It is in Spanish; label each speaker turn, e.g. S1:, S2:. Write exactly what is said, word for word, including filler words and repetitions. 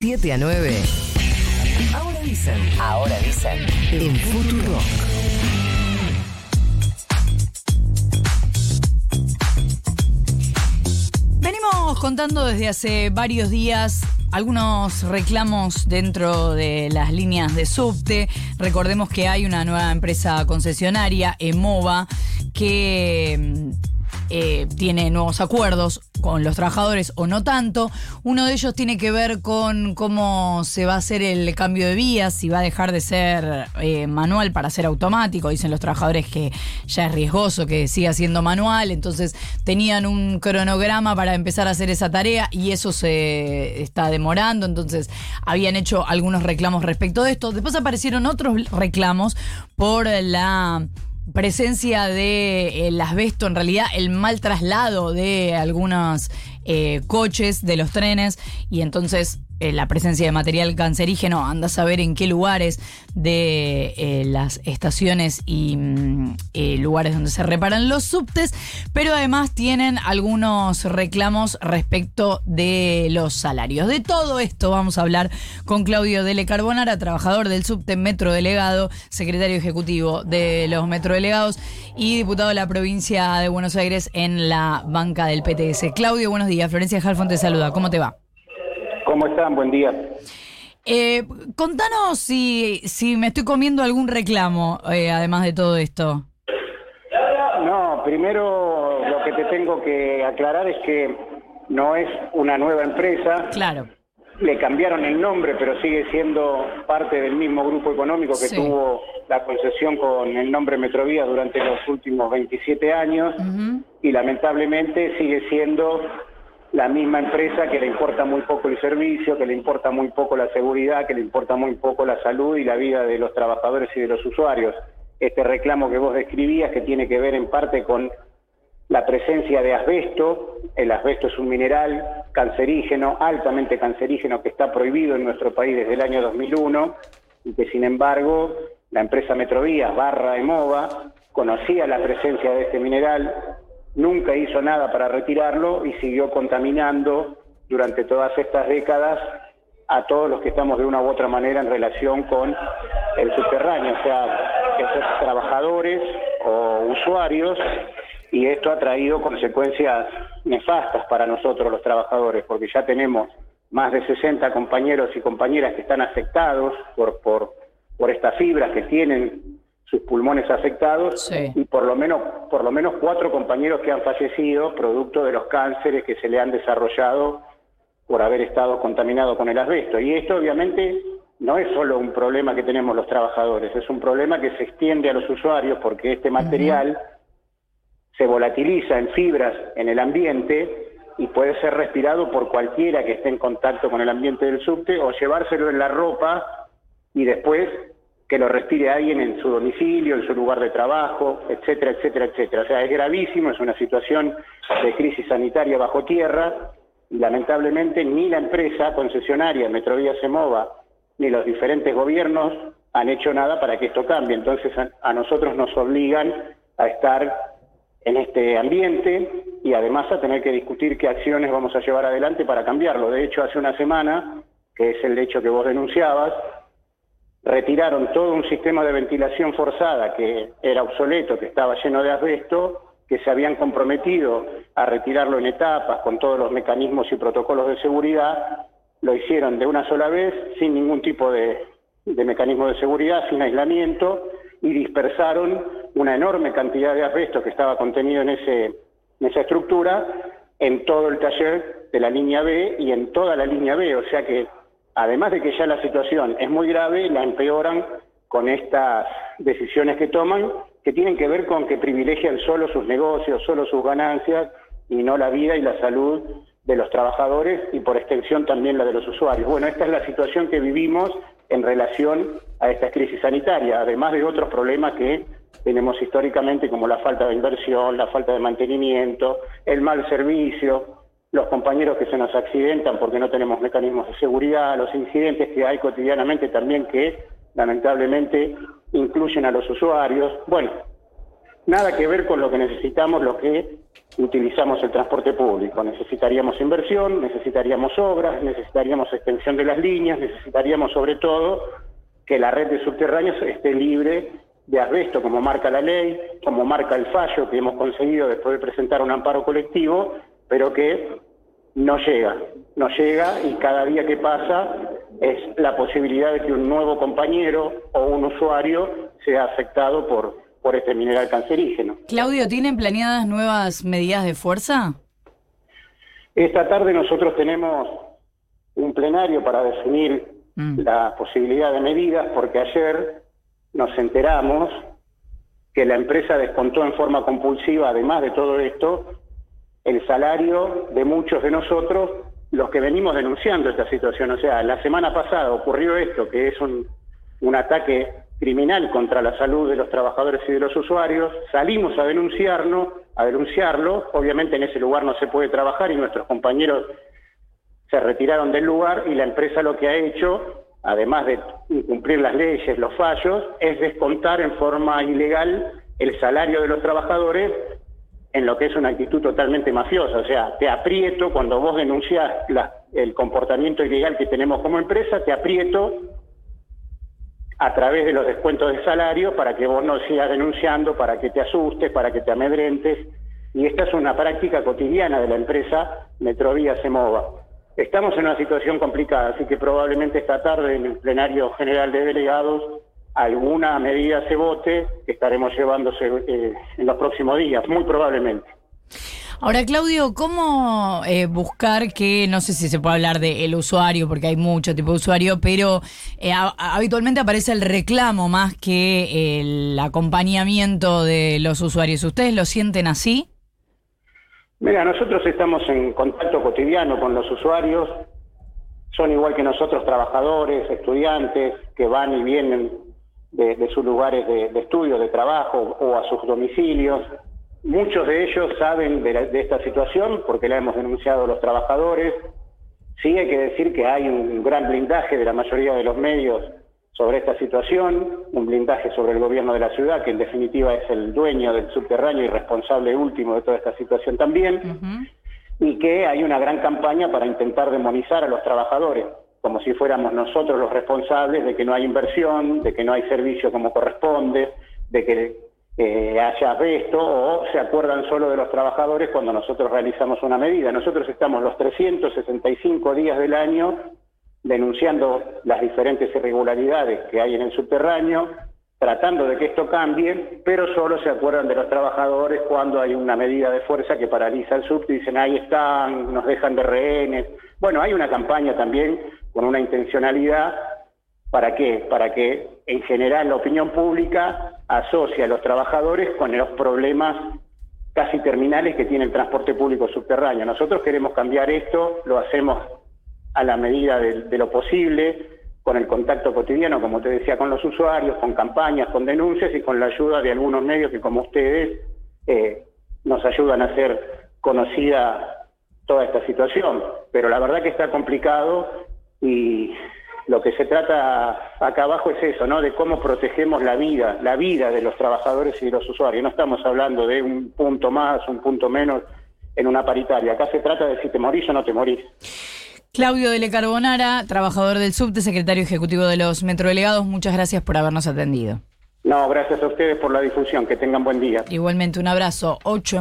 S1: siete a nueve. Ahora dicen. Ahora dicen. En Futurock.
S2: Venimos contando desde hace varios días algunos reclamos dentro de las líneas de subte. Recordemos que hay una nueva empresa concesionaria, EMOVA, que eh, tiene nuevos acuerdos con los trabajadores o no tanto. Uno de ellos tiene que ver con cómo se va a hacer el cambio de vías, si va a dejar de ser eh, manual para ser automático. Dicen los trabajadores que ya es riesgoso que siga siendo manual, entonces tenían un cronograma para empezar a hacer esa tarea y eso se está demorando, entonces habían hecho algunos reclamos respecto de esto. Después aparecieron otros reclamos por la presencia de el asbesto, en realidad el mal traslado de algunos eh, coches de los trenes y entonces eh, la presencia de material cancerígeno. Anda a saber en qué lugares de eh, las estaciones y mm, eh, lugares donde se reparan los subtes, pero además tienen algunos reclamos respecto de los salarios. De todo esto vamos a hablar con Claudio Dele Carbonara, trabajador del subte, metro delegado, secretario ejecutivo de los metrodelegados y diputado de la provincia de Buenos Aires en la banca del P T S. Claudio, buenos días. Florencia Halfon te saluda. ¿Cómo te va?
S3: ¿Cómo están? Buen día.
S2: Eh, contanos si, si me estoy comiendo algún reclamo, eh, además de todo esto.
S3: No, primero lo que te tengo que aclarar es que no es una nueva empresa.
S2: Claro.
S3: Le cambiaron el nombre, pero sigue siendo parte del mismo grupo económico que sí tuvo la concesión con el nombre Metrovía durante los últimos veintisiete años. Uh-huh. Y lamentablemente sigue siendo la misma empresa que le importa muy poco el servicio, que le importa muy poco la seguridad, que le importa muy poco la salud y la vida de los trabajadores y de los usuarios. Este reclamo que vos describías, que tiene que ver en parte con la presencia de asbesto. El asbesto es un mineral cancerígeno, altamente cancerígeno, que está prohibido en nuestro país desde el año dos mil uno y que sin embargo la empresa Metrovías barra EMOVA conocía la presencia de este mineral, nunca hizo nada para retirarlo y siguió contaminando durante todas estas décadas a todos los que estamos de una u otra manera en relación con el subterráneo, o sea, esos trabajadores o usuarios, y esto ha traído consecuencias nefastas para nosotros los trabajadores, porque ya tenemos más de sesenta compañeros y compañeras que están afectados por, por, por estas fibras que tienen sus pulmones afectados, sí, y por lo menos por lo menos cuatro compañeros que han fallecido producto de los cánceres que se le han desarrollado por haber estado contaminados con el asbesto. Y esto obviamente no es solo un problema que tenemos los trabajadores, es un problema que se extiende a los usuarios porque este material uh-huh. se volatiliza en fibras en el ambiente y puede ser respirado por cualquiera que esté en contacto con el ambiente del subte o llevárselo en la ropa y después que lo respire alguien en su domicilio, en su lugar de trabajo, etcétera, etcétera, etcétera. O sea, es gravísimo, es una situación de crisis sanitaria bajo tierra y lamentablemente ni la empresa concesionaria Metrovías EMOVA ni los diferentes gobiernos han hecho nada para que esto cambie. Entonces a, a nosotros nos obligan a estar en este ambiente y además a tener que discutir qué acciones vamos a llevar adelante para cambiarlo. De hecho, hace una semana, que es el hecho que vos denunciabas, retiraron todo un sistema de ventilación forzada que era obsoleto, que estaba lleno de asbesto, que se habían comprometido a retirarlo en etapas con todos los mecanismos y protocolos de seguridad. Lo hicieron de una sola vez, sin ningún tipo de, de mecanismo de seguridad, sin aislamiento, y dispersaron una enorme cantidad de asbesto que estaba contenido en, ese, en esa estructura en todo el taller de la línea B y en toda la línea B, o sea que además de que ya la situación es muy grave, la empeoran con estas decisiones que toman, que tienen que ver con que privilegian solo sus negocios, solo sus ganancias, y no la vida y la salud de los trabajadores y por extensión también la de los usuarios. Bueno, esta es la situación que vivimos en relación a esta crisis sanitaria, además de otros problemas que tenemos históricamente, como la falta de inversión, la falta de mantenimiento, el mal servicio, los compañeros que se nos accidentan porque no tenemos mecanismos de seguridad, los incidentes que hay cotidianamente también que lamentablemente incluyen a los usuarios. Bueno, nada que ver con lo que necesitamos los que utilizamos el transporte público. Necesitaríamos inversión, necesitaríamos obras, necesitaríamos extensión de las líneas, necesitaríamos sobre todo que la red de subterráneos esté libre de asbesto, como marca la ley, como marca el fallo que hemos conseguido después de presentar un amparo colectivo, pero que no llega, no llega y cada día que pasa es la posibilidad de que un nuevo compañero o un usuario sea afectado por, por este mineral cancerígeno.
S2: Claudio, ¿tienen planeadas nuevas medidas de fuerza?
S3: Esta tarde nosotros tenemos un plenario para definir mm. la posibilidad de medidas, porque ayer nos enteramos que la empresa descontó en forma compulsiva, además de todo esto, el salario de muchos de nosotros, los que venimos denunciando esta situación. O sea, la semana pasada ocurrió esto, que es un, un ataque criminal contra la salud de los trabajadores y de los usuarios. Salimos a denunciarnos, a denunciarlo. Obviamente en ese lugar no se puede trabajar y nuestros compañeros se retiraron del lugar, y la empresa lo que ha hecho, además de incumplir las leyes, los fallos, es descontar en forma ilegal el salario de los trabajadores, en lo que es una actitud totalmente mafiosa. O sea, te aprieto, cuando vos denunciás la, el comportamiento ilegal que tenemos como empresa, te aprieto a través de los descuentos de salario para que vos no sigas denunciando, para que te asustes, para que te amedrentes. Y esta es una práctica cotidiana de la empresa Metrovías Emova. Estamos en una situación complicada, así que probablemente esta tarde en el plenario general de delegados alguna medida se vote, que estaremos llevándose eh, en los próximos días, muy probablemente.
S2: Ahora, Claudio, ¿cómo eh, buscar que, no sé si se puede hablar de el usuario, porque hay mucho tipo de usuario, pero eh, a, habitualmente aparece el reclamo más que el acompañamiento de los usuarios? ¿Ustedes lo sienten así?
S3: Mira, nosotros estamos en contacto cotidiano con los usuarios, son igual que nosotros trabajadores, estudiantes, que van y vienen de, de sus lugares de, de estudio, de trabajo o a sus domicilios. Muchos de ellos saben de, la, de esta situación porque la hemos denunciado los trabajadores. Sí hay que decir que hay un gran blindaje de la mayoría de los medios sobre esta situación, un blindaje sobre el gobierno de la ciudad, que en definitiva es el dueño del subterráneo y responsable último de toda esta situación también, uh-huh. y que hay una gran campaña para intentar demonizar a los trabajadores, como si fuéramos nosotros los responsables de que no hay inversión, de que no hay servicio como corresponde, de que eh, haya asbesto, o se acuerdan solo de los trabajadores cuando nosotros realizamos una medida. Nosotros estamos los trescientos sesenta y cinco días del año denunciando las diferentes irregularidades que hay en el subterráneo, tratando de que esto cambie, pero solo se acuerdan de los trabajadores cuando hay una medida de fuerza que paraliza el subte y dicen, ahí están, nos dejan de rehenes. Bueno, hay una campaña también con una intencionalidad. ¿Para qué? Para que en general la opinión pública asocie a los trabajadores con los problemas casi terminales que tiene el transporte público subterráneo. Nosotros queremos cambiar esto, lo hacemos a la medida de, de lo posible, con el contacto cotidiano, como te decía, con los usuarios, con campañas, con denuncias y con la ayuda de algunos medios que, como ustedes, eh, nos ayudan a hacer conocida toda esta situación. Pero la verdad que está complicado y lo que se trata acá abajo es eso, ¿no? De cómo protegemos la vida, la vida de los trabajadores y de los usuarios. No estamos hablando de un punto más, un punto menos en una paritaria. Acá se trata de si te morís o no te morís.
S2: Claudio Dele Carbonara, trabajador del subte, secretario ejecutivo de los Metrodelegados, muchas gracias por habernos atendido.
S3: No, gracias a ustedes por la difusión, que tengan buen día.
S2: Igualmente, un abrazo. ocho